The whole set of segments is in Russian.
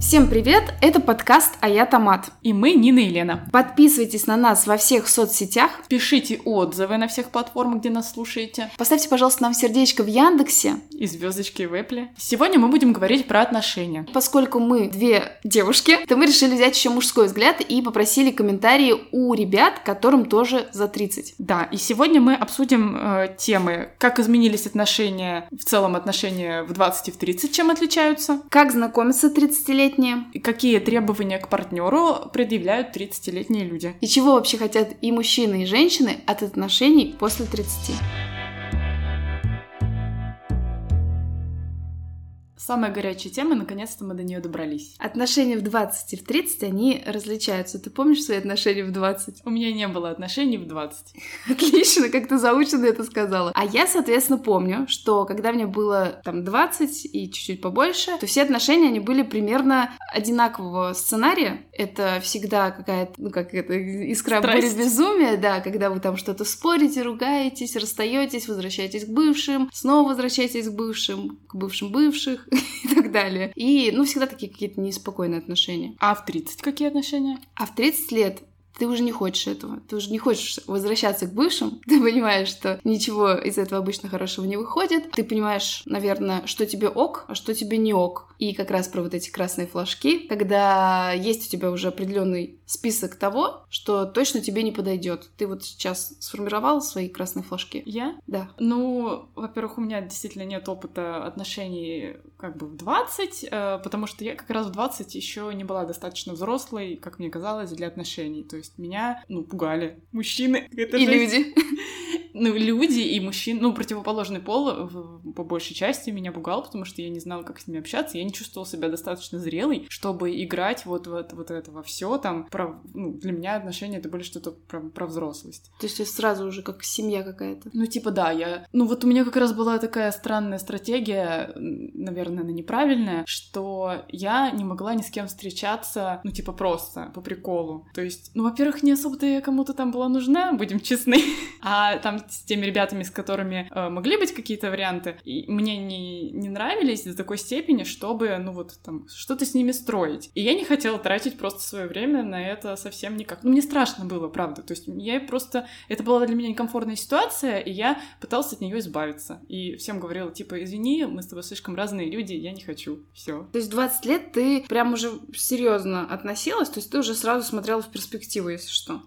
Всем привет! Это подкаст «А я Томат». И мы Нина и Лена. Подписывайтесь на нас во всех соцсетях. Пишите отзывы на всех платформах, где нас слушаете. Поставьте, пожалуйста, нам сердечко в Яндексе. И звездочки в Эпле. Сегодня мы будем говорить про отношения. Поскольку мы две девушки, то мы решили взять еще мужской взгляд и попросили комментарии у ребят, которым тоже за 30. Да, и сегодня мы обсудим темы, как изменились отношения, в целом отношения в 20 и в 30, чем отличаются. Как знакомятся 30-летние. И какие требования к партнеру предъявляют 30-летние люди. И чего вообще хотят и мужчины, и женщины от отношений после 30. Самая горячая тема, наконец-то мы до нее добрались. Отношения в 20 и в 30, они различаются. Ты помнишь свои отношения в 20? У меня не было отношений в 20. Отлично, как ты заученно это сказала. А я, соответственно, помню, что когда мне было там 20 и чуть-чуть побольше, то все отношения, они были примерно одинакового сценария. Это всегда какая-то, искра бури безумия, да, когда вы там что-то спорите, ругаетесь, расстаетесь, возвращаетесь к бывшим, снова возвращаетесь к бывшим бывших и так далее. И, всегда такие какие-то неспокойные отношения. А в 30 какие отношения? А в 30 лет ты уже не хочешь этого. Ты уже не хочешь возвращаться к бывшим. Ты понимаешь, что ничего из этого обычно хорошего не выходит. Ты понимаешь, наверное, что тебе ок, а что тебе не ок. И как раз про вот эти красные флажки, когда есть у тебя уже определенный список того, что точно тебе не подойдет. Ты вот сейчас сформировала свои красные флажки? Я? Да. Во-первых, у меня действительно нет опыта отношений в 20, потому что я как раз в 20 еще не была достаточно взрослой, как мне казалось, для отношений. То есть меня, пугали мужчины. И люди. Люди и мужчины, противоположный пол по большей части меня пугал, потому что я не знала, как с ними общаться, я не чувствовала себя достаточно зрелой, чтобы играть вот это во всё там. Для меня отношения — это были что-то про взрослость. То есть сразу уже как семья какая-то. Да, у меня как раз была такая странная стратегия, наверное, она неправильная, что я не могла ни с кем встречаться, просто по приколу. То есть, во-первых, не особо-то я кому-то там была нужна, будем честны, а там с теми ребятами, с которыми могли быть какие-то варианты, и мне не нравились до такой степени, чтобы, что-то с ними строить. И я не хотела тратить просто свое время на это совсем никак. Мне страшно было, правда. То есть это была для меня некомфортная ситуация, и я пыталась от нее избавиться. И всем говорила, извини, мы с тобой слишком разные люди, я не хочу. Все. То есть 20 лет ты прям уже серьезно относилась, то есть ты уже сразу смотрела в перспективу, если что.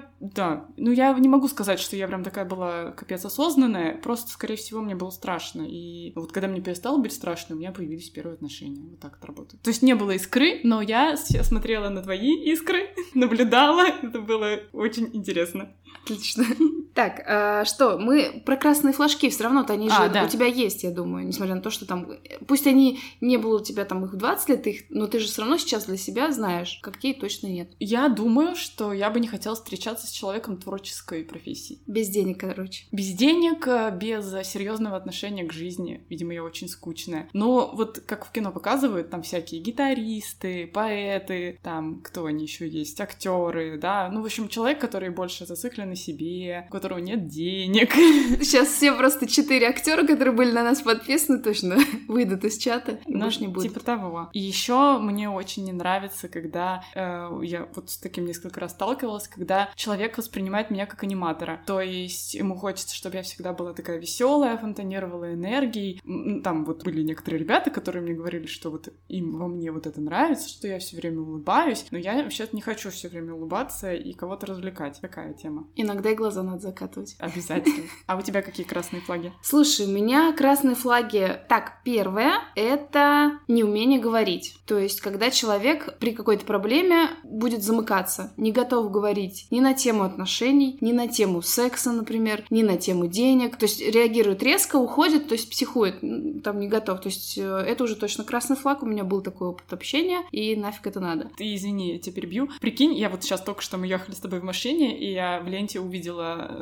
Я не могу сказать, что я прям такая была капец осознанная, просто, скорее всего, мне было страшно. И когда мне перестало быть страшно, у меня появились первые отношения. Вот так это работает. То есть не было искры, но я смотрела на твои искры, наблюдала. Это было очень интересно. Отлично. Так, что, мы про красные флажки все равно-то они же у тебя есть, я думаю, несмотря на то, что там, пусть они не было у тебя там их в 20 лет, но ты же все равно сейчас для себя знаешь, какие точно нет. Я думаю, что я бы не хотела встречаться с человеком творческой профессии. Без денег, короче. Без денег, без серьезного отношения к жизни. Видимо, я очень скучная. Но как в кино показывают, там всякие гитаристы, поэты, там кто они еще есть, актеры, да. В общем, человек, который больше зациклен на себе, у которого нет денег. Сейчас все просто 4 актера, которые были на нас подписаны, точно выйдут из чата и больше не будут. Типа того. И еще мне очень не нравится, когда я с таким несколько раз сталкивалась, когда человек воспринимает меня как аниматора. То есть ему хочется, чтобы я всегда была такая веселая, фонтанировала энергией. Там были некоторые ребята, которые мне говорили, что им во мне это нравится, что я все время улыбаюсь, но я вообще-то не хочу все время улыбаться и кого-то развлекать. Такая тема. Иногда и глаза надо закатывать. Обязательно. А у тебя какие красные флаги? Слушай, у меня красные флаги... Так, первое — это неумение говорить. То есть, когда человек при какой-то проблеме будет замыкаться, не готов говорить ни на тему отношений, ни на тему секса, например, ни на тему денег. То есть, реагирует резко, уходит, то есть, психует, там не готов. То есть, это уже точно красный флаг. У меня был такой опыт общения, и нафиг это надо. Ты извини, я тебя перебью. Прикинь, я сейчас только что мы ехали с тобой в машине, и я в ленте увидела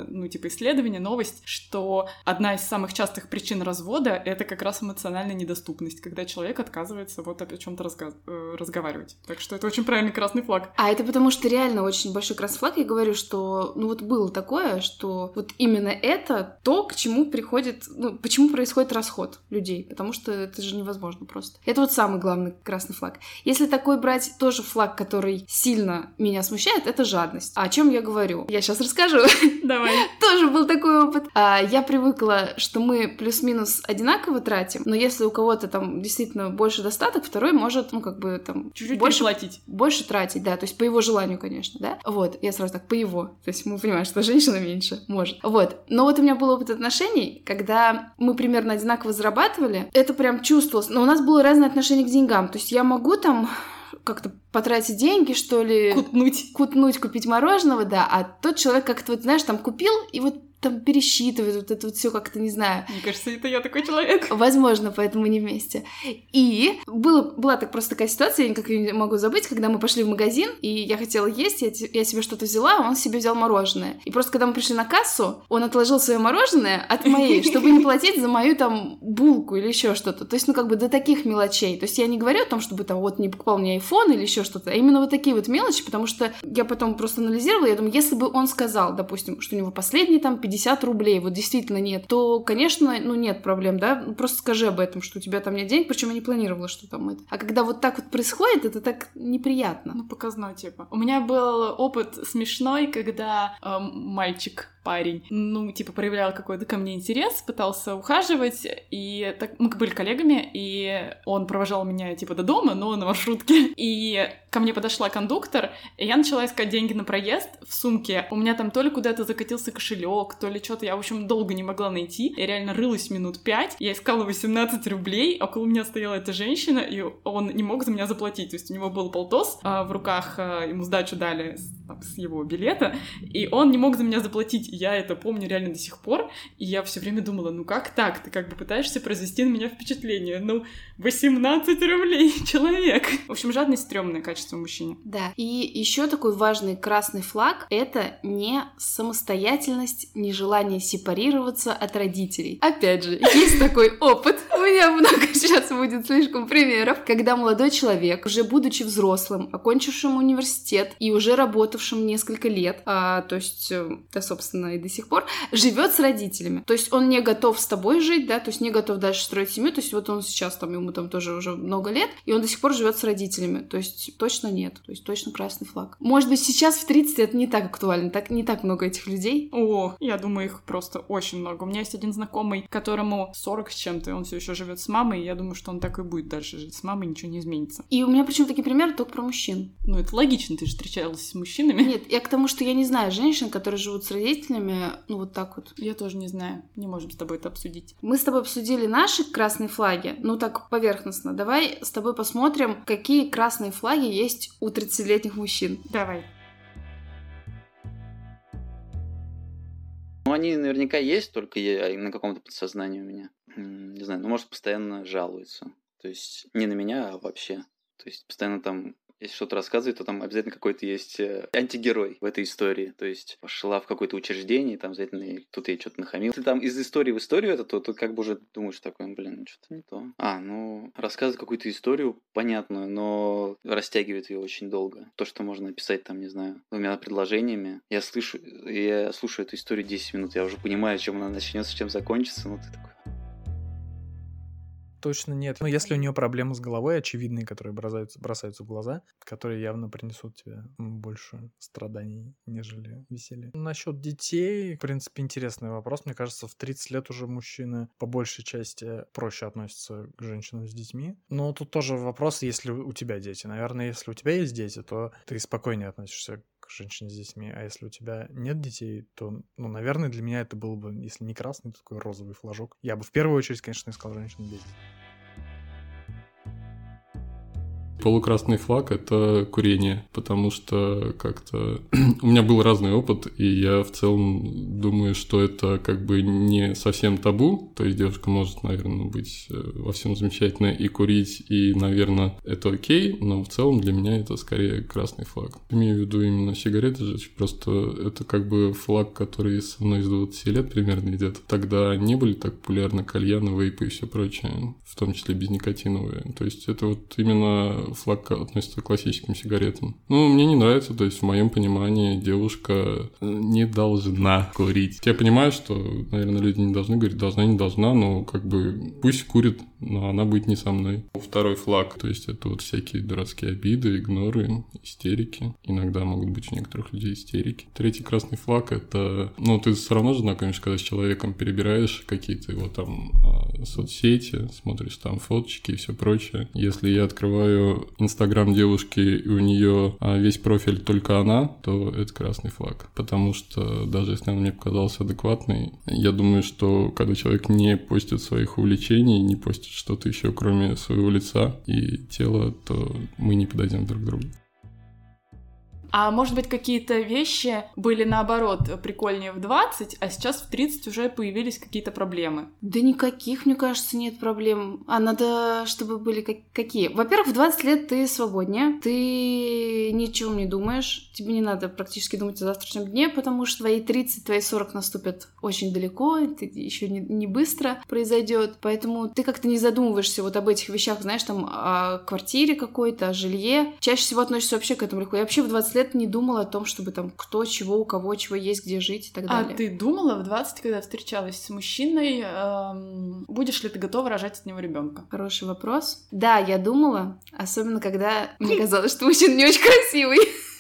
исследование, новость, что одна из самых частых причин развода — это как раз эмоциональная недоступность, когда человек отказывается вот о чем-то разговаривать. Так что это очень правильный красный флаг. А это потому что реально очень большой красный флаг. Я говорю, что, было такое, что вот именно это то, к чему приходит, почему происходит расход людей, потому что это же невозможно просто. Это вот самый главный красный флаг. Если такой брать тоже флаг, который сильно меня смущает, это жадность. А о чем я говорю? Я сейчас расскажу. Давай. Тоже был такой опыт. Я привыкла, что мы плюс-минус одинаково тратим, но если у кого-то там действительно больше достаток, второй может, чуть-чуть больше тратить, да, то есть по его желанию, конечно, да. Вот, я сразу так, по его. То есть мы понимаем, что женщина меньше может. Вот. Но вот у меня был опыт отношений, когда мы примерно одинаково зарабатывали, это прям чувствовалось, но у нас было разное отношение к деньгам. То есть я могу там как-то потратить деньги, что ли. Кутнуть, купить мороженого, да, а тот человек как-то там купил, и вот там пересчитывает, вот это вот все как-то, не знаю. Мне кажется, это я такой человек. Возможно, поэтому не вместе. И была просто такая ситуация, я никак ее не могу забыть, когда мы пошли в магазин, и я хотела есть, я себе что-то взяла, а он себе взял мороженое. И просто когда мы пришли на кассу, он отложил свое мороженое от моей, чтобы не платить за мою там булку или еще что-то. То есть, до таких мелочей. То есть я не говорю о том, чтобы не покупал мне iPhone или еще что-то, а именно вот такие вот мелочи, потому что я потом просто анализировала, я думаю, если бы он сказал, допустим, что у него последний 50 рублей, вот действительно нет, то, конечно, нет проблем, да, просто скажи об этом, что у тебя там нет денег, причем я не планировала, что там это. А когда вот так вот происходит, это так неприятно. Показной, типа. У меня был опыт смешной, когда парень, проявлял какой-то ко мне интерес, пытался ухаживать, и так мы были коллегами, и он провожал меня, до дома, но на маршрутке, и ко мне подошла кондуктор, и я начала искать деньги на проезд в сумке. У меня там то ли куда-то закатился кошелек, то ли что-то, я, в общем, долго не могла найти. Я реально рылась минут 5, я искала 18 рублей, около меня стояла эта женщина, и он не мог за меня заплатить. То есть у него был полтос в руках, ему сдачу дали с его билета, и он не мог за меня заплатить. И я это помню реально до сих пор, и я все время думала, как так? Ты пытаешься произвести на меня впечатление. 18 рублей, человек! В общем, жадность — стрёмное качество в мужчине. Да. И еще такой важный красный флаг — это не самостоятельность, нежелание сепарироваться от родителей. Опять же, есть такой опыт. У меня много сейчас будет слишком примеров, когда молодой человек, уже будучи взрослым, окончившим университет и уже работавшим несколько лет, то есть, да, собственно, и до сих пор, живет с родителями. То есть он не готов с тобой жить, да, то есть не готов дальше строить семью, то есть вот он сейчас ему тоже уже много лет, и он до сих пор живет с родителями. То есть точно нет, то есть точно красный флаг. Может быть, сейчас в 30 это не так актуально, не так много этих людей. О, я думаю, их просто очень много. У меня есть один знакомый, которому 40 с чем-то, и он все еще живет с мамой, и я думаю, что он так и будет дальше жить с мамой, ничего не изменится. И у меня причем такие примеры только про мужчин. Это логично, ты же встречалась с мужчинами. Нет, я к тому, что я не знаю женщин, которые живут с родителями, вот так вот. Я тоже не знаю, не можем с тобой это обсудить. Мы с тобой обсудили наши красные флаги, так поверхностно. Давай с тобой посмотрим, какие красные флаги есть у 30-летних мужчин. Давай. Они наверняка есть, только на каком-то подсознании у меня. Не знаю, может, постоянно жалуются. То есть не на меня, а вообще. То есть постоянно там, если что-то рассказывает, то там обязательно какой-то есть антигерой в этой истории. То есть пошла в какое-то учреждение, там обязательно кто-то ей что-то нахамил. Если там из истории в историю это, то как бы уже думаешь такой, что-то не то. Рассказывает какую-то историю понятную, но растягивает ее очень долго. То, что можно написать там, не знаю, 2 предложениями. Я слушаю эту историю 10 минут, я уже понимаю, чем она начнется, чем закончится, ты такой... Точно нет. Если у нее проблемы с головой, очевидные, которые бросаются в глаза, которые явно принесут тебе больше страданий, нежели веселья. Насчет детей, в принципе, интересный вопрос. Мне кажется, в 30 лет уже мужчины по большей части проще относятся к женщинам с детьми. Но тут тоже вопрос, если у тебя дети. Наверное, если у тебя есть дети, то ты спокойнее относишься к женщине с детьми. А если у тебя нет детей, то, наверное, для меня это был бы, если не красный, то такой розовый флажок. Я бы в первую очередь, конечно, искал женщину без детей. Полукрасный флаг — это курение, потому что как-то у меня был разный опыт, и я в целом думаю, что это как бы не совсем табу, то есть девушка может, наверное, быть во всем замечательной и курить, и, наверное, это окей, но в целом для меня это скорее красный флаг. Имею в виду именно сигареты жечь, просто это как бы флаг, который со мной с 20 лет примерно идет. Тогда не были так популярны кальяны, вейпы и все прочее, в том числе безникотиновые. То есть это вот именно флаг относится к классическим сигаретам. Ну, мне не нравится, то есть в моем понимании девушка не должна курить. Я понимаю, что, наверное, люди не должны говорить, должна, не должна, но как бы пусть курит, но она будет не со мной. Второй флаг, то есть это вот всякие дурацкие обиды, игноры, истерики. Иногда могут быть у некоторых людей истерики. Третий красный флаг — это... Ну, ты все равно же знакомишься, когда с человеком перебираешь какие-то его там соцсети, смотришь там фоточки и все прочее. Если я открываю Инстаграм девушки, и у нее весь профиль только она, то это красный флаг. Потому что даже если она мне показалась адекватной, я думаю, что когда человек не постит своих увлечений, не постит что-то еще, кроме своего лица и тела, то мы не подойдем друг к другу. А может быть, какие-то вещи были, наоборот, прикольнее в 20, а сейчас в 30 уже появились какие-то проблемы? Да никаких, мне кажется, нет проблем. А надо, чтобы были какие? Во-первых, в 20 лет ты свободнее, ты ничего не думаешь, тебе не надо практически думать о завтрашнем дне, потому что твои 30, твои 40 наступят очень далеко, это еще не быстро произойдет, поэтому ты как-то не задумываешься вот об этих вещах, знаешь, там, о квартире какой-то, о жилье. Чаще всего относишься вообще к этому легко. Я вообще в 20 лет не думала о том, чтобы там кто, чего, у кого, чего есть, где жить и так далее. А ты думала в 20, когда встречалась с мужчиной, будешь ли ты готова рожать от него ребенка? Хороший вопрос. Да, я думала, особенно когда мне казалось, что мужчина не очень красивый.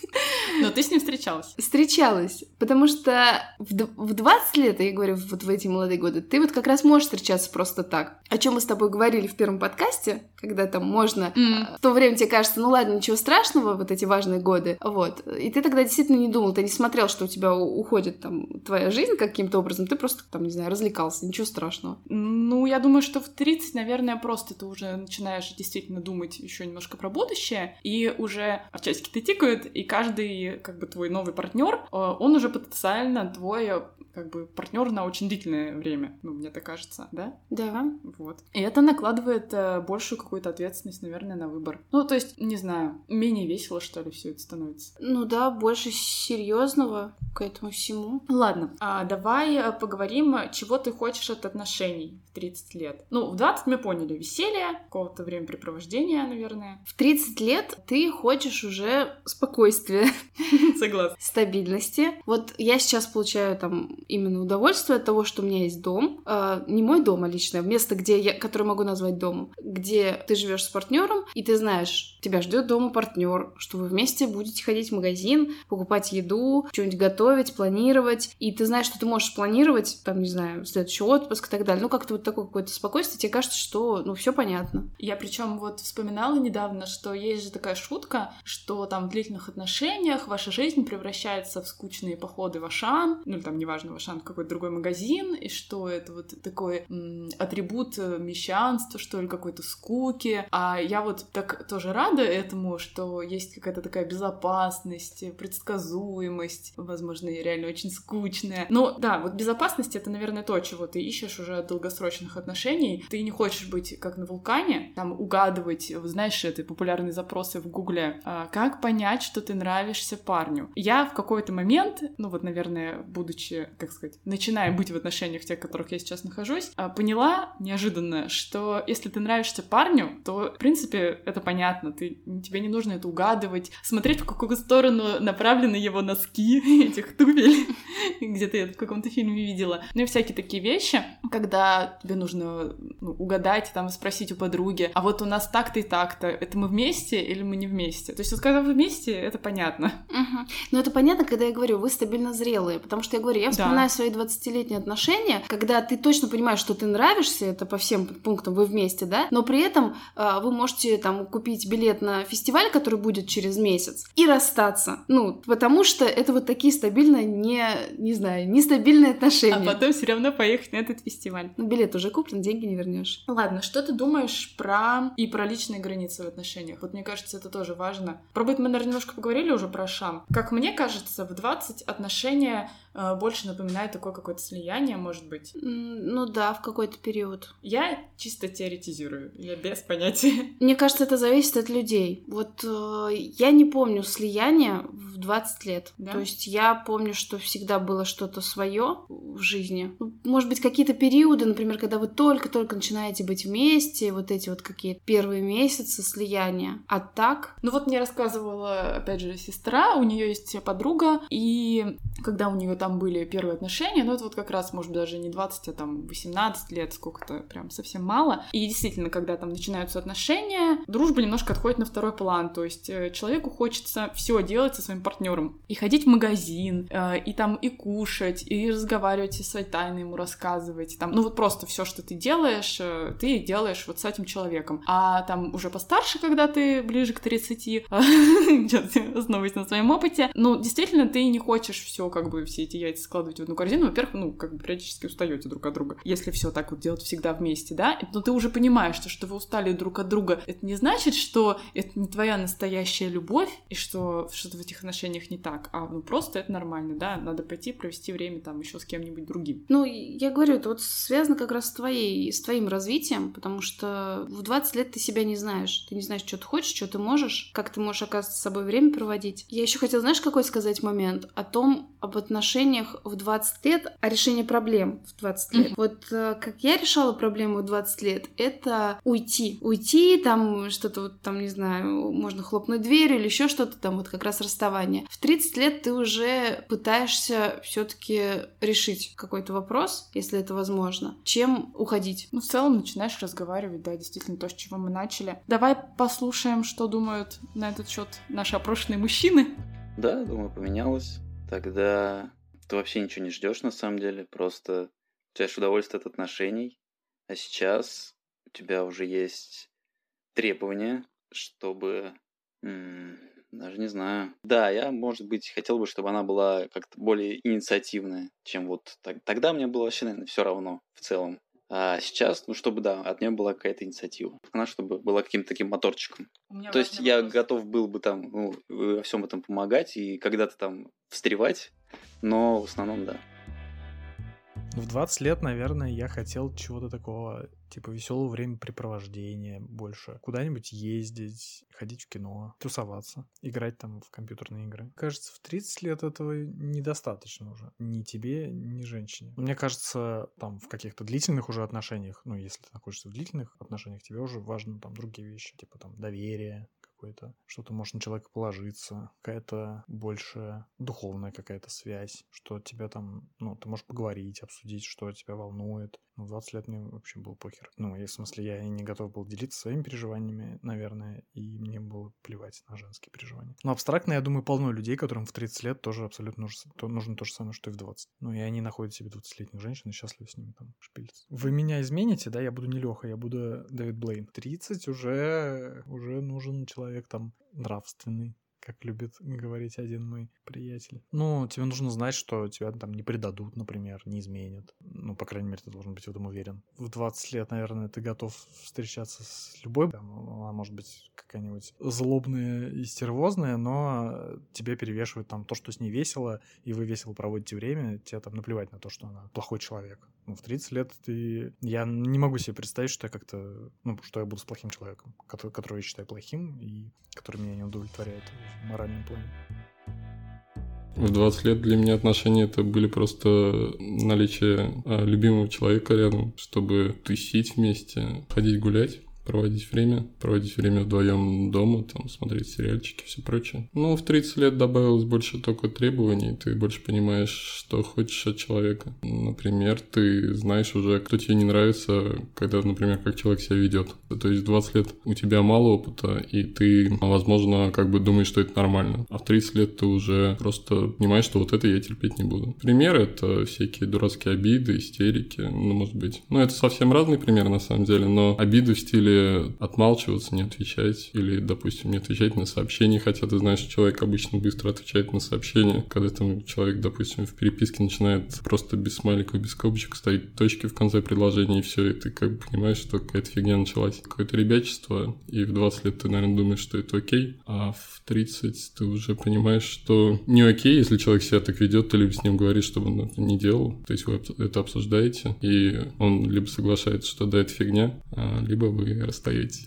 Но ты с ним встречалась? Встречалась, потому что в 20 лет, я говорю, вот в эти молодые годы, ты вот как раз можешь встречаться просто так. О чем мы с тобой говорили в первом подкасте, когда там можно... В то время тебе кажется, ну ладно, ничего страшного, вот эти важные годы, вот. И ты тогда действительно не думал, ты не смотрел, что у тебя уходит там твоя жизнь каким-то образом, ты просто там, не знаю, развлекался, ничего страшного. Ну, я думаю, что в 30, наверное, просто ты уже начинаешь действительно думать еще немножко про будущее, и уже часики-то тикают, и каждый как бы твой новый партнер, он уже потенциально твой как бы партнер на очень длительное время, ну, мне так кажется, да? Да. Вот. И это накладывает большую какую-то ответственность, наверное, на выбор. Ну, то есть, не знаю, менее весело, что ли, все это становится. Ну да, больше серьезного к этому всему. Ладно, давай поговорим, чего ты хочешь от отношений в 30 лет. Ну, в 20 мы поняли, веселье, какого-то времяпрепровождения, наверное. В 30 лет ты хочешь уже спокойствия. Согласна. Стабильности. Вот я сейчас получаю там именно удовольствие от того, что у меня есть дом. Не мой дом, а личное. Место, которое могу назвать домом. Где ты живешь с партнером, и ты знаешь, тебя ждет дома партнер, что вы вместе будете ходить в магазин, покупать еду, что-нибудь готовить, планировать. И ты знаешь, что ты можешь планировать, там, не знаю, следующий отпуск и так далее. Ну, как-то вот такое какое-то спокойствие. Тебе кажется, что, ну, все понятно. Я причем вот вспоминала недавно, что есть же такая шутка, что там в длительных отношениях ваша жизнь превращается в скучные походы в Ашан, ну, или там, неважно, в Ашан, в какой-то другой магазин, и что это вот такой атрибут мещанства, что ли, какой-то скуки. А я вот так тоже рада этому, что есть какая-то такая безопасность, предсказуемость, возможно, и реально очень скучная. Но да, вот безопасность — это, наверное, то, чего ты ищешь уже от долгосрочных отношений. Ты не хочешь быть как на вулкане, там угадывать, знаешь, это популярные запросы в Гугле, как понять, что ты нравишься парню. Я в какой-то момент, ну вот, наверное, будучи, как сказать, начиная быть в отношениях тех, в которых я сейчас нахожусь, поняла неожиданно, что если ты нравишься парню, то, в принципе, это понятно, тебе не нужно это угадывать, смотреть, в какую сторону направлены его носки этих туфель, где-то я в каком-то фильме видела. Ну и всякие такие вещи, когда тебе нужно угадать, там, спросить у подруги, а вот у нас так-то и так-то, это мы вместе или мы не вместе? То есть вот когда вы вместе, это понятно. Угу. Но это понятно, когда я говорю, вы стабильно зрелые, потому что я говорю, я вспоминаю свои 20-летние отношения, когда ты точно понимаешь, что ты нравишься, это по всем пунктам вы вместе, да, но при этом вы можете там купить билет на фестиваль, который будет через месяц, и расстаться. Ну, потому что это вот такие стабильные, не знаю, нестабильные отношения. А потом все равно поехать на этот фестиваль. фестиваль. Ну, билет уже куплен, деньги не вернешь. Ладно, что ты думаешь про личные границы в отношениях? Вот мне кажется, это тоже важно. Про быт мы, наверное, немножко поговорили уже про шам. Как мне кажется, в 20 отношения больше напоминают такое какое-то слияние, может быть. Ну да, в какой-то период. Я чисто теоретизирую, я без понятия. Мне кажется, это зависит от людей. Вот я не помню слияния в 20 лет. Да? То есть я помню, что всегда было что-то свое в жизни. Может быть, какие-то периоды, например, когда вы только-только начинаете быть вместе, вот эти вот какие-то первые месяцы слияния. А так... Ну вот мне рассказывала, опять же, сестра, у нее есть подруга, и когда у нее там были первые отношения, ну это вот как раз, может, даже не 20, а там 18 лет, сколько-то, прям совсем мало. И действительно, когда там начинаются отношения, дружба немножко отходит на второй план, то есть человеку хочется все делать со своим партнером. И ходить в магазин, и там и кушать, и разговаривать, и свои тайны ему рассказывать. Там, ну вот просто все, что ты делаешь вот с этим человеком. А там уже постарше, когда ты ближе к 30, основываясь на своем опыте, ну, действительно, ты не хочешь все эти яйца складывать в одну корзину. Во-первых, ну, периодически устаете друг от друга. Если все так вот делать всегда вместе, да, но ты уже понимаешь, что вы устали друг от друга. Это не значит, что это не твоя настоящая любовь, и что что-то в этих отношениях не так, а ну просто это нормально, да, надо пойти провести время там еще с кем-нибудь другим. Ну, я говорю, это вот связано как раз с твоим развитием, потому что в 20 лет ты себя не знаешь. Ты не знаешь, что ты хочешь, что ты можешь, как ты можешь, оказывается, с собой время проводить. Я еще хотела, знаешь, какой сказать момент? Об отношениях в 20 лет, о решении проблем в 20 лет. Вот как я решала проблему в 20 лет, это уйти. Уйти, там что-то вот там, не знаю, можно хлопнуть дверью или еще что-то там, вот как раз расставание. В 30 лет ты уже пытаешься все-таки решить какой-то вопрос, если это возможно, чем уходить. Ну, в целом начинаешь разговаривать, да, действительно то, с чего мы начали. Давай послушаем, что думают на этот счет наши опрошенные мужчины. Да, думаю, поменялось. Тогда ты вообще ничего не ждешь на самом деле, просто получаешь удовольствие от отношений, а сейчас у тебя уже есть требования, чтобы... даже не знаю. Да, я, может быть, хотел бы, чтобы она была как-то более инициативная, чем вот тогда мне было вообще, наверное, все равно в целом. А сейчас, ну, чтобы, да, от нее была какая-то инициатива. Она, чтобы была каким-то таким моторчиком. То есть я готов был бы там, ну, во всем этом помогать и когда-то там встревать, но в основном, да. В 20 лет, наверное, я хотел чего-то такого, типа веселого времяпрепровождения больше. Куда-нибудь ездить, ходить в кино, тусоваться, играть там в компьютерные игры. Кажется, в 30 лет этого недостаточно уже. Ни тебе, ни женщине. Мне кажется, там в каких-то длительных уже отношениях, ну, если ты находишься в длительных отношениях, тебе уже важны там другие вещи, типа там доверие, какое-то, что-то можешь на человека положиться, какая-то больше духовная какая-то связь, что тебя там, ну, ты можешь поговорить, обсудить, что тебя волнует. Ну, 20 лет мне вообще был похер. Ну, в смысле, я и не готов был делиться своими переживаниями, наверное, и мне было плевать на женские переживания. Но абстрактно, я думаю, полно людей, которым в 30 лет тоже абсолютно нужно то же самое, что и в 20. Ну, и они находят себе 20-летних женщин и счастливы с ними там шпилиться. Вы меня измените, да? Я буду не Леха, я буду Дэвид Блейн. 30 уже нужен человек там нравственный, как любит говорить один мой приятель. Ну, тебе нужно знать, что тебя там не предадут, например, не изменят. Ну, по крайней мере, ты должен быть в этом уверен. В 20 лет, наверное, ты готов встречаться с любой. Там, она может быть какая-нибудь злобная и стервозная, но тебе перевешивает там то, что с ней весело, и вы весело проводите время, тебе там наплевать на то, что она плохой человек. Ну, в 30 лет я не могу себе представить, что я как-то... Ну, что я буду с плохим человеком, которого я считаю плохим и который меня не удовлетворяет в моральном плане. В 20 лет для меня отношения это были просто наличие любимого человека рядом, чтобы тусить вместе, ходить гулять. Проводить время вдвоем дома, там, смотреть сериальчики и все прочее. Ну, в 30 лет добавилось больше только требований, ты больше понимаешь, что хочешь от человека. Например, ты знаешь уже, кто тебе не нравится, когда, например, как человек себя ведет. То есть в 20 лет у тебя мало опыта, и ты, возможно, как бы думаешь, что это нормально. А в 30 лет ты уже просто понимаешь, что вот это я терпеть не буду. Пример — это всякие дурацкие обиды, истерики, ну, может быть. Ну, это совсем разный пример, на самом деле, но обиды в стиле Или отмалчиваться, не отвечать, или, допустим, не отвечать на сообщения, хотя ты знаешь, что человек обычно быстро отвечает на сообщения, когда там человек, допустим, в переписке начинает просто без смайликов, без скобочек ставить точки в конце предложения, и все, и ты как бы понимаешь, что какая-то фигня началась. Какое-то ребячество, и в 20 лет ты, наверное, думаешь, что это окей, а в 30 ты уже понимаешь, что не окей, если человек себя так ведет, ты либо с ним говоришь, чтобы он это не делал, то есть вы это обсуждаете, и он либо соглашается, что да, это фигня, либо вы расстаетесь.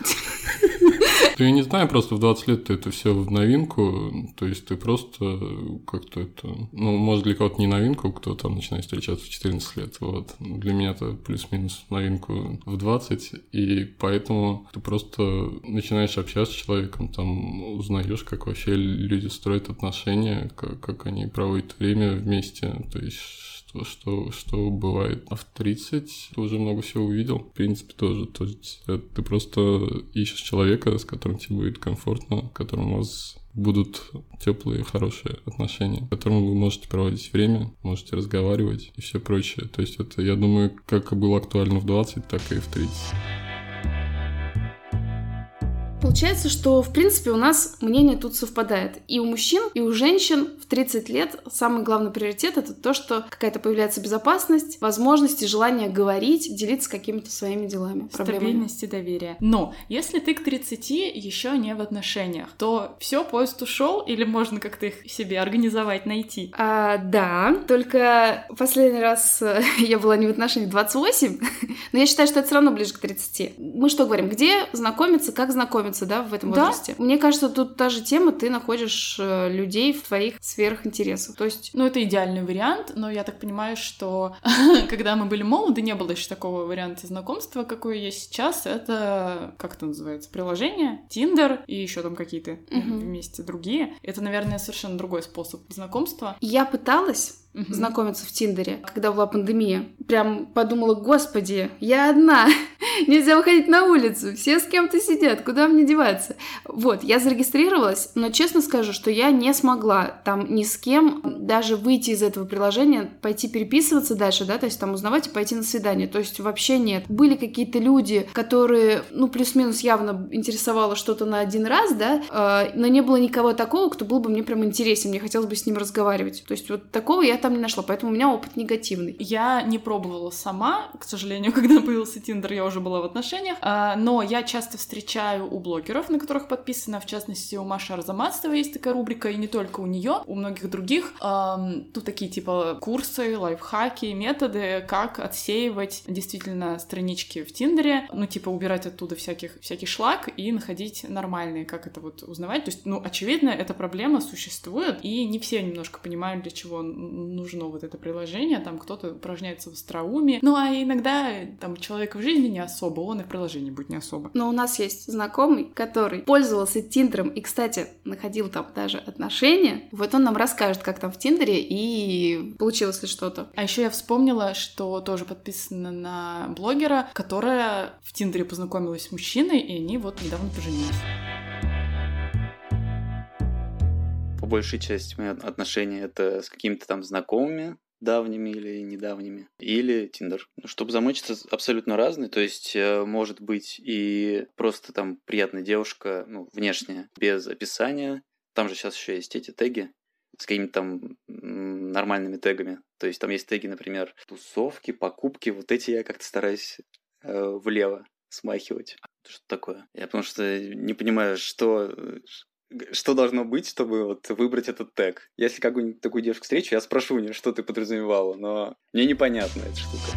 Я не знаю, просто в 20 лет это все в новинку, то есть ты просто как-то это... Ну, может, для кого-то не новинку, кто там начинает встречаться в 14 лет, вот. Для меня это плюс-минус новинку в 20, и поэтому ты просто начинаешь общаться с человеком, там узнаешь, как вообще люди строят отношения, как они проводят время вместе, то есть... Что бывает. А в 30 ты уже много всего увидел. В принципе, тоже. То есть ты просто ищешь человека, с которым тебе будет комфортно, с которым у вас будут теплые, хорошие отношения, с которым вы можете проводить время, можете разговаривать и все прочее. То есть это, я думаю, как и было актуально в 20, так и в 30. Получается, что, в принципе, у нас мнение тут совпадает. И у мужчин, и у женщин в 30 лет самый главный приоритет — это то, что какая-то появляется безопасность, возможность и желание говорить, делиться какими-то своими делами, проблемами. Стабильность и доверие. Но если ты к 30 еще не в отношениях, то все, поезд ушел, или можно как-то их себе организовать, найти? Да, только последний раз я была не в отношениях 28, но я считаю, что это все равно ближе к 30. Мы что говорим? Где знакомиться, как знакомиться? Да, в этом возрасте. Мне кажется, тут та же тема, ты находишь людей в твоих сферах интересов. То есть... Ну, это идеальный вариант, но я так понимаю, что когда мы были молоды, не было еще такого варианта знакомства, какое есть сейчас. Это, как это называется, приложение, Tinder и еще там какие-то вместе другие. Это, наверное, совершенно другой способ знакомства. Я пыталась знакомиться в Тиндере, когда была пандемия. Прям подумала, господи, я одна, нельзя выходить на улицу, все с кем-то сидят, куда мне деваться? Вот, я зарегистрировалась, но честно скажу, что я не смогла там ни с кем даже выйти из этого приложения, пойти переписываться дальше, да, то есть там узнавать и пойти на свидание, то есть вообще нет. Были какие-то люди, которые, ну, плюс-минус явно интересовало что-то на один раз, да, но не было никого такого, кто был бы мне прям интересен, мне хотелось бы с ним разговаривать. То есть вот такого я там не нашла, поэтому у меня опыт негативный. Я не пробовала сама, к сожалению, когда появился Tinder, я уже была в отношениях, но я часто встречаю у блогеров, на которых подписана, в частности, у Маши Арзамасовой есть такая рубрика, и не только у нее, у многих других. Тут такие типа курсы, лайфхаки, методы, как отсеивать действительно странички в Тиндере, ну типа убирать оттуда всякий шлак и находить нормальные, как это вот узнавать. То есть, ну, очевидно, эта проблема существует, и не все немножко понимают, для чего нужно вот это приложение, там кто-то упражняется в остроумии, ну а иногда там человек в жизни не особо, он и в приложении будет не особо. Но у нас есть знакомый, который пользовался Тиндером и, кстати, находил там даже отношения. Вот он нам расскажет, как там в Тиндере и получилось ли что-то. А еще я вспомнила, что тоже подписана на блогера, которая в Тиндере познакомилась с мужчиной, и они вот недавно поженились. По большей части мои отношения это с какими-то там знакомыми, давними или недавними, или Tinder. Чтобы замочиться, абсолютно разные, то есть может быть и просто там приятная девушка, ну, внешняя, без описания. Там же сейчас еще есть эти теги с какими-то там нормальными тегами. То есть там есть теги, например, тусовки, покупки, вот эти я как-то стараюсь влево смахивать. Что такое? Я потому что не понимаю, что должно быть, чтобы вот выбрать этот тег. Если какую-нибудь такую девушку встречу, я спрошу у нее, что ты подразумевала, но мне непонятна эта штука.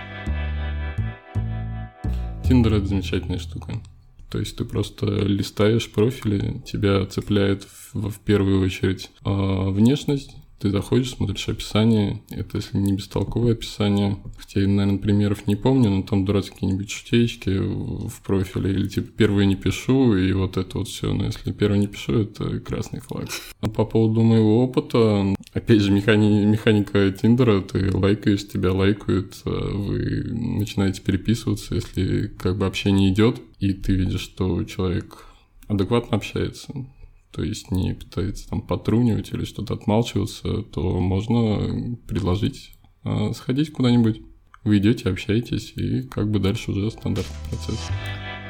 Тиндер — это замечательная штука. То есть ты просто листаешь профили, тебя цепляет в первую очередь внешность. Ты заходишь, смотришь описание, это если не бестолковое описание, хотя я, наверное, примеров не помню, но там дурацкие какие-нибудь шутеечки в профиле, или типа первый не пишу, и вот это вот все. Но если первый не пишу, это красный флаг. А по поводу моего опыта, опять же, механика Тиндера, ты лайкаешь, тебя лайкают, вы начинаете переписываться, если как бы общение идет, и ты видишь, что человек адекватно общается, то есть не пытается там потрунивать или что-то отмалчиваться, то можно предложить сходить куда-нибудь. Вы идете, общаетесь, и как бы дальше уже стандартный процесс.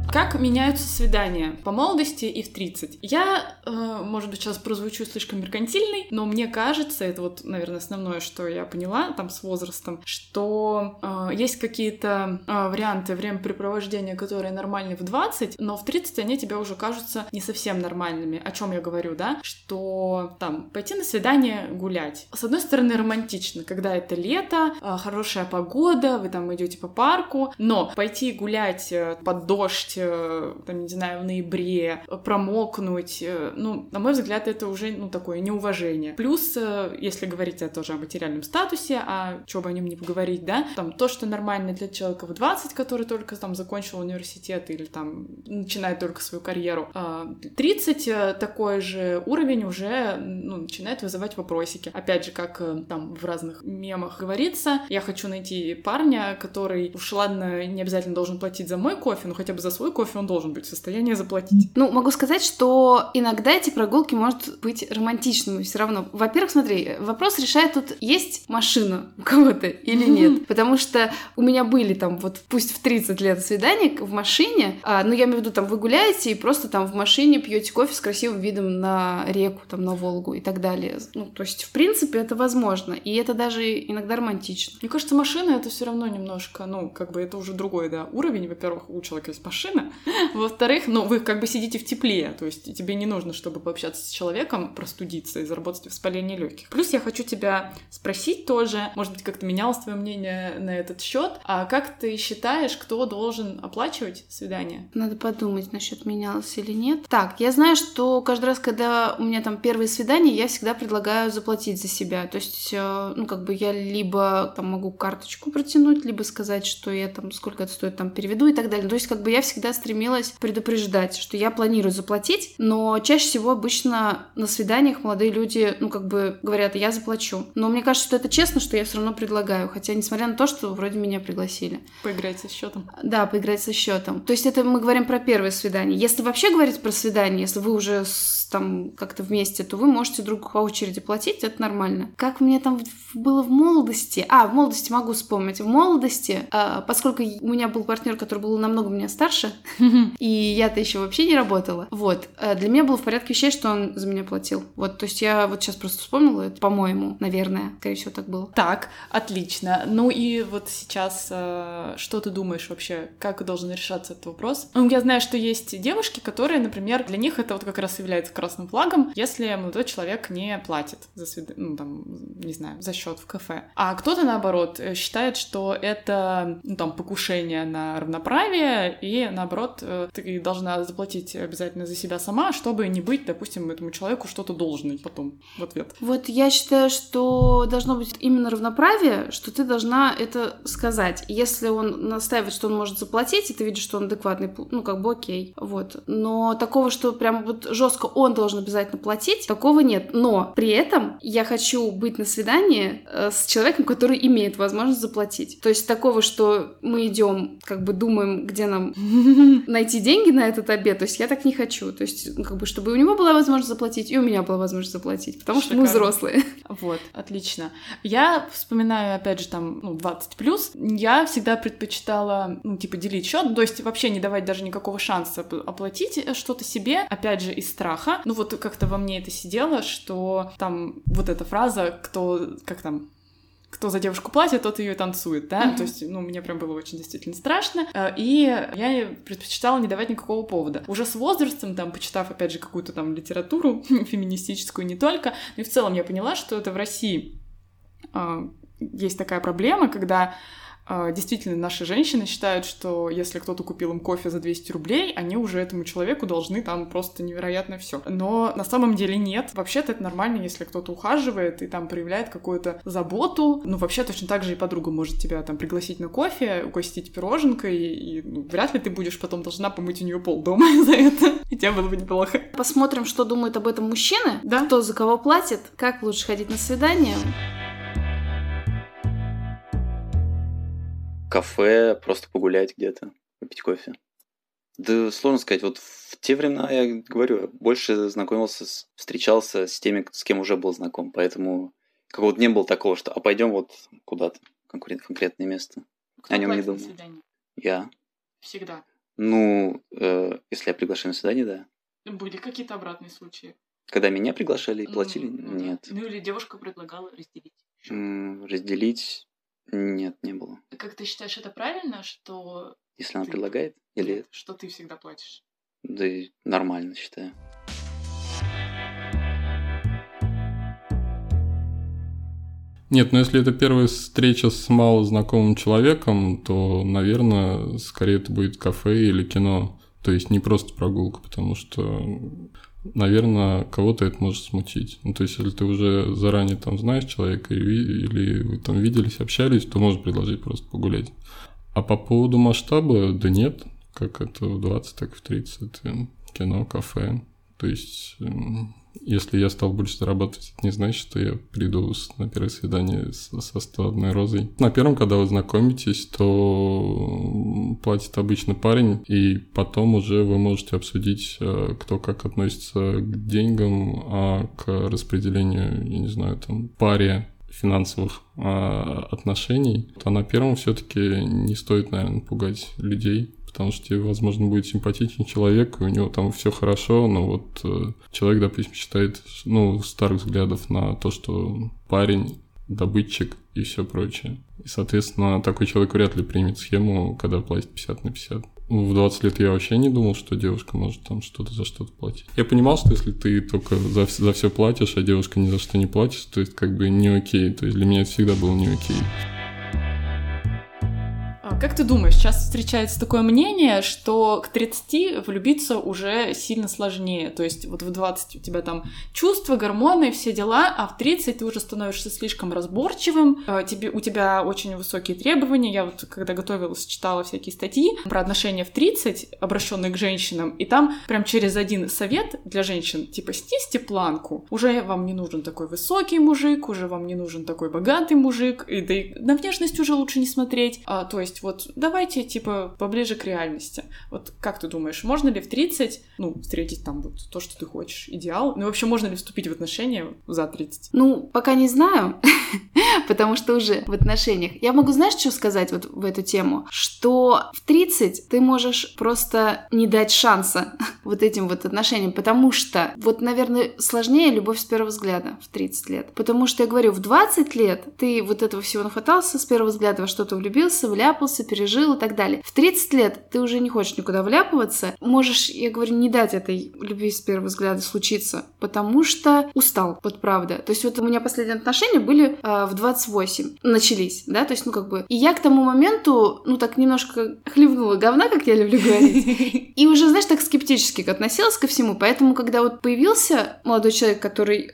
Как меняются свидания по молодости и в 30? Я, может быть, сейчас прозвучу слишком меркантильной, но мне кажется, это вот, наверное, основное, что я поняла там с возрастом, что есть какие-то варианты времяпрепровождения, которые нормальны в 20, но в 30 они тебе уже кажутся не совсем нормальными. О чем я говорю, да? Что там пойти на свидание гулять. С одной стороны, романтично, когда это лето, хорошая погода, вы там идете по парку, но пойти гулять под дождь, там, не знаю, в ноябре, промокнуть, ну, на мой взгляд, это уже, ну, такое неуважение. Плюс, если говорить тоже о материальном статусе, а чего бы о нем не поговорить, да, там, то, что нормально для человека в 20, который только там закончил университет или там начинает только свою карьеру, 30 такой же уровень уже, ну, начинает вызывать вопросики. Опять же, как там в разных мемах говорится, я хочу найти парня, который, уж ладно, не обязательно должен платить за мой кофе, но хотя бы за свой кофе он должен быть в состоянии заплатить. Ну, могу сказать, что иногда эти прогулки могут быть романтичными все равно. Во-первых, смотри, вопрос решает тут, есть машина у кого-то или нет. Потому что у меня были там, вот пусть в 30 лет свидания в машине, ну, я имею в виду, там, вы гуляете и просто там в машине пьете кофе с красивым видом на реку, там, на Волгу и так далее. Ну, то есть, в принципе, это возможно. И это даже иногда романтично. Мне кажется, машина — это все равно немножко, ну, как бы это уже другой, да, уровень. Во-первых, у человека есть машина. Во-вторых, ну, вы как бы сидите в тепле, то есть тебе не нужно, чтобы пообщаться с человеком, простудиться и заработать воспаление легких. Плюс я хочу тебя спросить тоже, может быть, как-то менялось твое мнение на этот счет, а как ты считаешь, кто должен оплачивать свидание? Надо подумать, насчет менялось или нет. Так, я знаю, что каждый раз, когда у меня там первые свидания, я всегда предлагаю заплатить за себя. То есть, ну, как бы я либо там могу карточку протянуть, либо сказать, что я там, сколько это стоит, там, переведу и так далее. То есть, как бы я всегда стремилась предупреждать, что я планирую заплатить, но чаще всего обычно на свиданиях молодые люди, ну, как бы говорят, я заплачу. Но мне кажется, что это честно, что я все равно предлагаю, хотя несмотря на то, что вроде меня пригласили. Поиграть со счетом. Да, поиграть со счетом. То есть это мы говорим про первое свидание. Если вообще говорить про свидание, если вы уже там как-то вместе, то вы можете друг по очереди платить, это нормально. Как мне там было в молодости? В молодости могу вспомнить. В молодости, поскольку у меня был партнер, который был намного меня старше, и я-то еще вообще не работала, вот, для меня было в порядке вещей, что он за меня платил. Вот, то есть я вот сейчас просто вспомнила, это, по-моему, наверное, скорее всего, так было. Так, отлично. Ну и вот сейчас, что ты думаешь вообще, как должен решаться этот вопрос? Ну, я знаю, что есть девушки, которые, например, для них это вот как раз является красным флагом, если молодой человек не платит за ну, там, не знаю, за счет в кафе. А кто-то, наоборот, считает, что это, ну, там, покушение на равноправие, и, наоборот, ты должна заплатить обязательно за себя сама, чтобы не быть, допустим, этому человеку что-то должной потом в ответ. Вот я считаю, что должно быть именно равноправие, что ты должна это сказать. Если он настаивает, что он может заплатить, и ты видишь, что он адекватный, ну, как бы окей. Вот. Но такого, что прям вот жестко он должен обязательно платить, такого нет. Но при этом я хочу быть на свидании с человеком, который имеет возможность заплатить. То есть такого, что мы идем, как бы думаем, где нам найти деньги на этот обед, то есть я так не хочу. То есть, как бы, чтобы у него была возможность заплатить, и у меня была возможность заплатить, потому что мы взрослые. Вот, отлично. Я вспоминаю, опять же, там, 20+, я всегда предпочитала, типа, делить счет, то есть вообще не давать даже никакого шанса оплатить что-то себе, опять же, из страха. Ну вот как-то во мне это сидело, что там вот эта фраза, кто за девушку платит, тот ее и танцует, да, то есть, мне прям было очень действительно страшно, и я предпочитала не давать никакого повода. Уже с возрастом, там, почитав, опять же, какую-то там литературу феминистическую, не только, но и в целом я поняла, что это в России есть такая проблема, когда действительно наши женщины считают, что если кто-то купил им кофе за 200 рублей, они уже этому человеку должны там просто невероятно все. Но на самом деле нет. Вообще-то это нормально, если кто-то ухаживает и там проявляет какую-то заботу. Вообще точно так же и подруга может тебя там пригласить на кофе, угостить пироженкой, и вряд ли ты будешь потом должна помыть у нее пол дома за это. И тебе было бы неплохо. Посмотрим, что думают об этом мужчины, да? Кто за кого платит, как лучше ходить на свидание. Кафе, просто погулять где-то, попить кофе. Да сложно сказать, вот в те времена, я говорю, больше встречался с теми, с кем уже был знаком, поэтому какого-то не было такого, что пойдем вот куда-то, конкретное место. Кто о нем не платит думал. на свидание? Я. Всегда. Если я приглашаю на свидание, да. Были какие-то обратные случаи? Когда меня приглашали и платили? Нет. Или девушка предлагала разделить? Разделить? Нет, не было. Как ты считаешь, это правильно, что... Если она предлагает? Или... Нет, что ты всегда платишь? Да и нормально, считаю. Нет, если это первая встреча с малознакомым человеком, то, наверное, скорее это будет кафе или кино. То есть не просто прогулка, потому что, наверное, кого-то это может смутить. То есть если ты уже заранее там знаешь человека или вы там виделись, общались, то можно предложить просто погулять. А по поводу масштаба, да нет, как это в 20, так и в 30. Это кино, кафе. То есть... Если я стал больше зарабатывать, это не значит, что я приду на первое свидание со 101 розой. На первом, когда вы знакомитесь, то платит обычно парень, и потом уже вы можете обсудить, кто как относится к деньгам, к распределению, я не знаю, там, паре финансовых отношений. А на первом все-таки не стоит, наверное, пугать людей. Потому что тебе, возможно, будет симпатичный человек, и у него там все хорошо, но вот человек, допустим, считает, старых взглядов на то, что парень, добытчик и все прочее. И, соответственно, такой человек вряд ли примет схему, когда платит 50/50. В 20 лет я вообще не думал, что девушка может там что-то за что-то платить. Я понимал, что если ты только за все платишь, а девушка ни за что не платит, то это как бы не окей. То есть для меня это всегда было не окей. Как ты думаешь, сейчас встречается такое мнение, что к 30 влюбиться уже сильно сложнее. То есть вот в 20 у тебя там чувства, гормоны, все дела, а в 30 ты уже становишься слишком разборчивым, у тебя очень высокие требования. Я вот когда готовилась, читала всякие статьи про отношения в 30, обращенные к женщинам, и там прям через один совет для женщин, типа снизьте планку, уже вам не нужен такой высокий мужик, уже вам не нужен такой богатый мужик, и да и на внешность уже лучше не смотреть. То есть вот давайте, типа, поближе к реальности. Вот как ты думаешь, можно ли в 30, встретить там вот то, что ты хочешь, идеал? Ну, вообще, можно ли вступить в отношения за 30? Пока не знаю, потому что уже в отношениях. Я могу, знаешь, что сказать вот в эту тему? Что в 30 ты можешь просто не дать шанса вот этим вот отношениям, потому что, вот, наверное, сложнее любовь с первого взгляда в 30 лет. Потому что, я говорю, в 20 лет ты вот этого всего нахватался, с первого взгляда во что-то влюбился, вляпался, пережил и так далее. В 30 лет ты уже не хочешь никуда вляпываться. Можешь, я говорю, не дать этой любви с первого взгляда случиться, потому что устал, вот правда. То есть вот у меня последние отношения были в 28. Начались, да, то есть, И я к тому моменту, так немножко хлебнула говна, как я люблю говорить, и уже, знаешь, так скептически относилась ко всему, поэтому, когда вот появился молодой человек, который,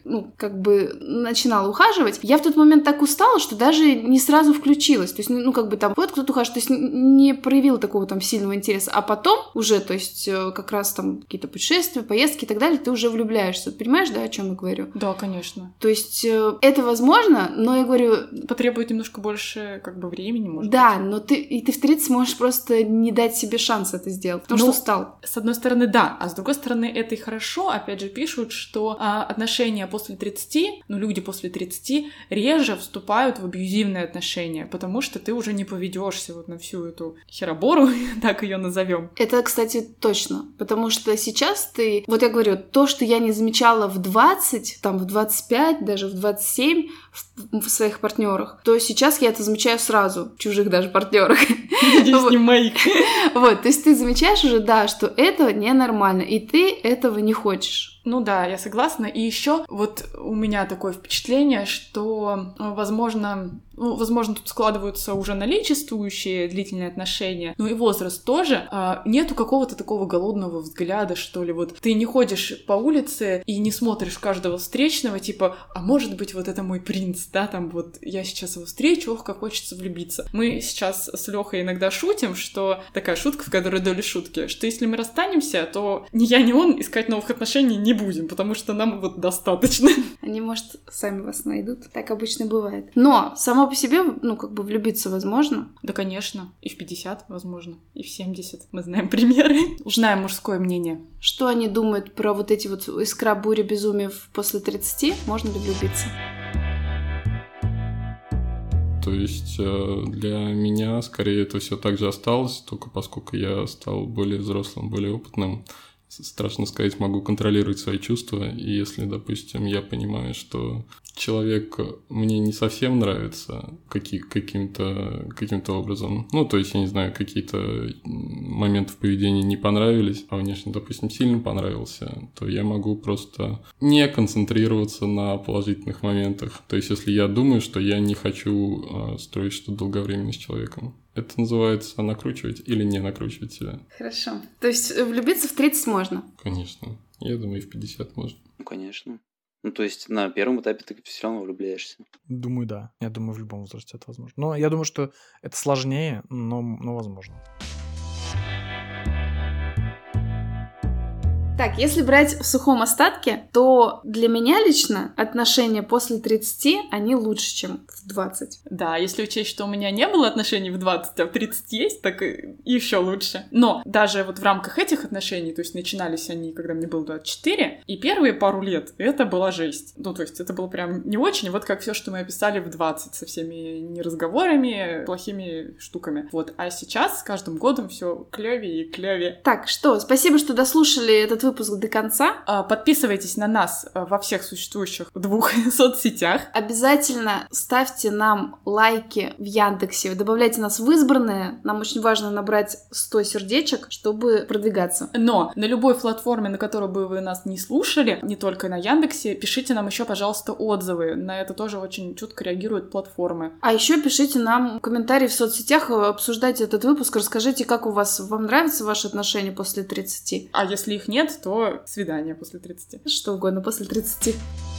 начинал ухаживать, я в тот момент так устала, что даже не сразу включилась. То есть, там, вот кто-то ухаживает, то есть не проявил такого там сильного интереса, а потом уже, то есть как раз там какие-то путешествия, поездки и так далее, ты уже влюбляешься. Понимаешь, да, о чем я говорю? Да, конечно. То есть это возможно, но я говорю... Потребует немножко больше времени, может да, быть. но ты в 30 можешь просто не дать себе шанс это сделать, потому что устал. С одной стороны, да, а с другой стороны, это и хорошо. Опять же, пишут, что отношения после 30, люди после 30 реже вступают в абьюзивные отношения, потому что ты уже не поведешься вот на всю эту херобору, так ее назовем. Это, кстати, точно, потому что сейчас ты... Вот я говорю, то, что я не замечала в 20, там в 25, даже в 27 в своих партнерах, то сейчас я это замечаю сразу, в чужих даже партнерах. Надеюсь, не моих. Вот, то есть ты замечаешь уже, да, что это ненормально, и ты этого не хочешь. Да, я согласна. И еще вот у меня такое впечатление, что, возможно, тут складываются уже наличествующие длительные отношения, и возраст тоже. Нету какого-то такого голодного взгляда, что ли. Вот ты не ходишь по улице и не смотришь каждого встречного, типа, а может быть, вот это мой принц, да, там вот я сейчас его встречу, ох, как хочется влюбиться. Мы сейчас с Лёхой иногда шутим, что такая шутка, в которой доля шутки, что если мы расстанемся, то ни я, ни он искать новых отношений не будем, потому что нам вот достаточно. Они, может, сами вас найдут. Так обычно бывает. Но само по себе, влюбиться возможно. Да, конечно. И в 50 возможно. И в 70. Мы знаем примеры. Узнаем мужское мнение. Что они думают про вот эти вот искра, буря, безумия после 30? Можно ли влюбиться? То есть для меня скорее это все так же осталось, только поскольку я стал более взрослым, более опытным. Страшно сказать, могу контролировать свои чувства, и если, допустим, я понимаю, что человек мне не совсем нравится каким-то образом, ну, то есть, я не знаю, какие-то моменты в поведении не понравились, а внешне, допустим, сильно понравился, то я могу просто не концентрироваться на положительных моментах. То есть, если я думаю, что я не хочу строить что-то долговременно с человеком. Это называется накручивать или не накручивать себя. Хорошо. То есть влюбиться в 30 можно? Конечно. Я думаю, и в 50 можно. Ну, конечно. Ну, то есть на первом этапе ты все равно влюбляешься. Думаю, да. Я думаю, в любом возрасте это возможно. Но я думаю, что это сложнее, но возможно. Так, если брать в сухом остатке, то для меня лично отношения после 30, они лучше, чем в 20. Да, если учесть, что у меня не было отношений в 20, а в 30 есть, так еще лучше. Но даже вот в рамках этих отношений, то есть начинались они, когда мне было 24, и первые пару лет это была жесть. Ну, то есть это было прям не очень, вот как все, что мы описали в 20, со всеми неразговорами, плохими штуками. Вот, а сейчас с каждым годом все клевее и клевее. Так, что, спасибо, что дослушали этот выпуск до конца. Подписывайтесь на нас во всех существующих 2 соцсетях. Обязательно ставьте нам лайки в Яндексе, добавляйте нас в избранные. Нам очень важно набрать 100 сердечек, чтобы продвигаться. Но на любой платформе, на которой бы вы нас не слушали, не только на Яндексе, пишите нам еще, пожалуйста, отзывы. На это тоже очень чутко реагируют платформы. А еще пишите нам комментарии в соцсетях, обсуждайте этот выпуск, расскажите, как вам нравятся ваши отношения после 30. А если их нет, то свидание после 30. Что угодно после 30.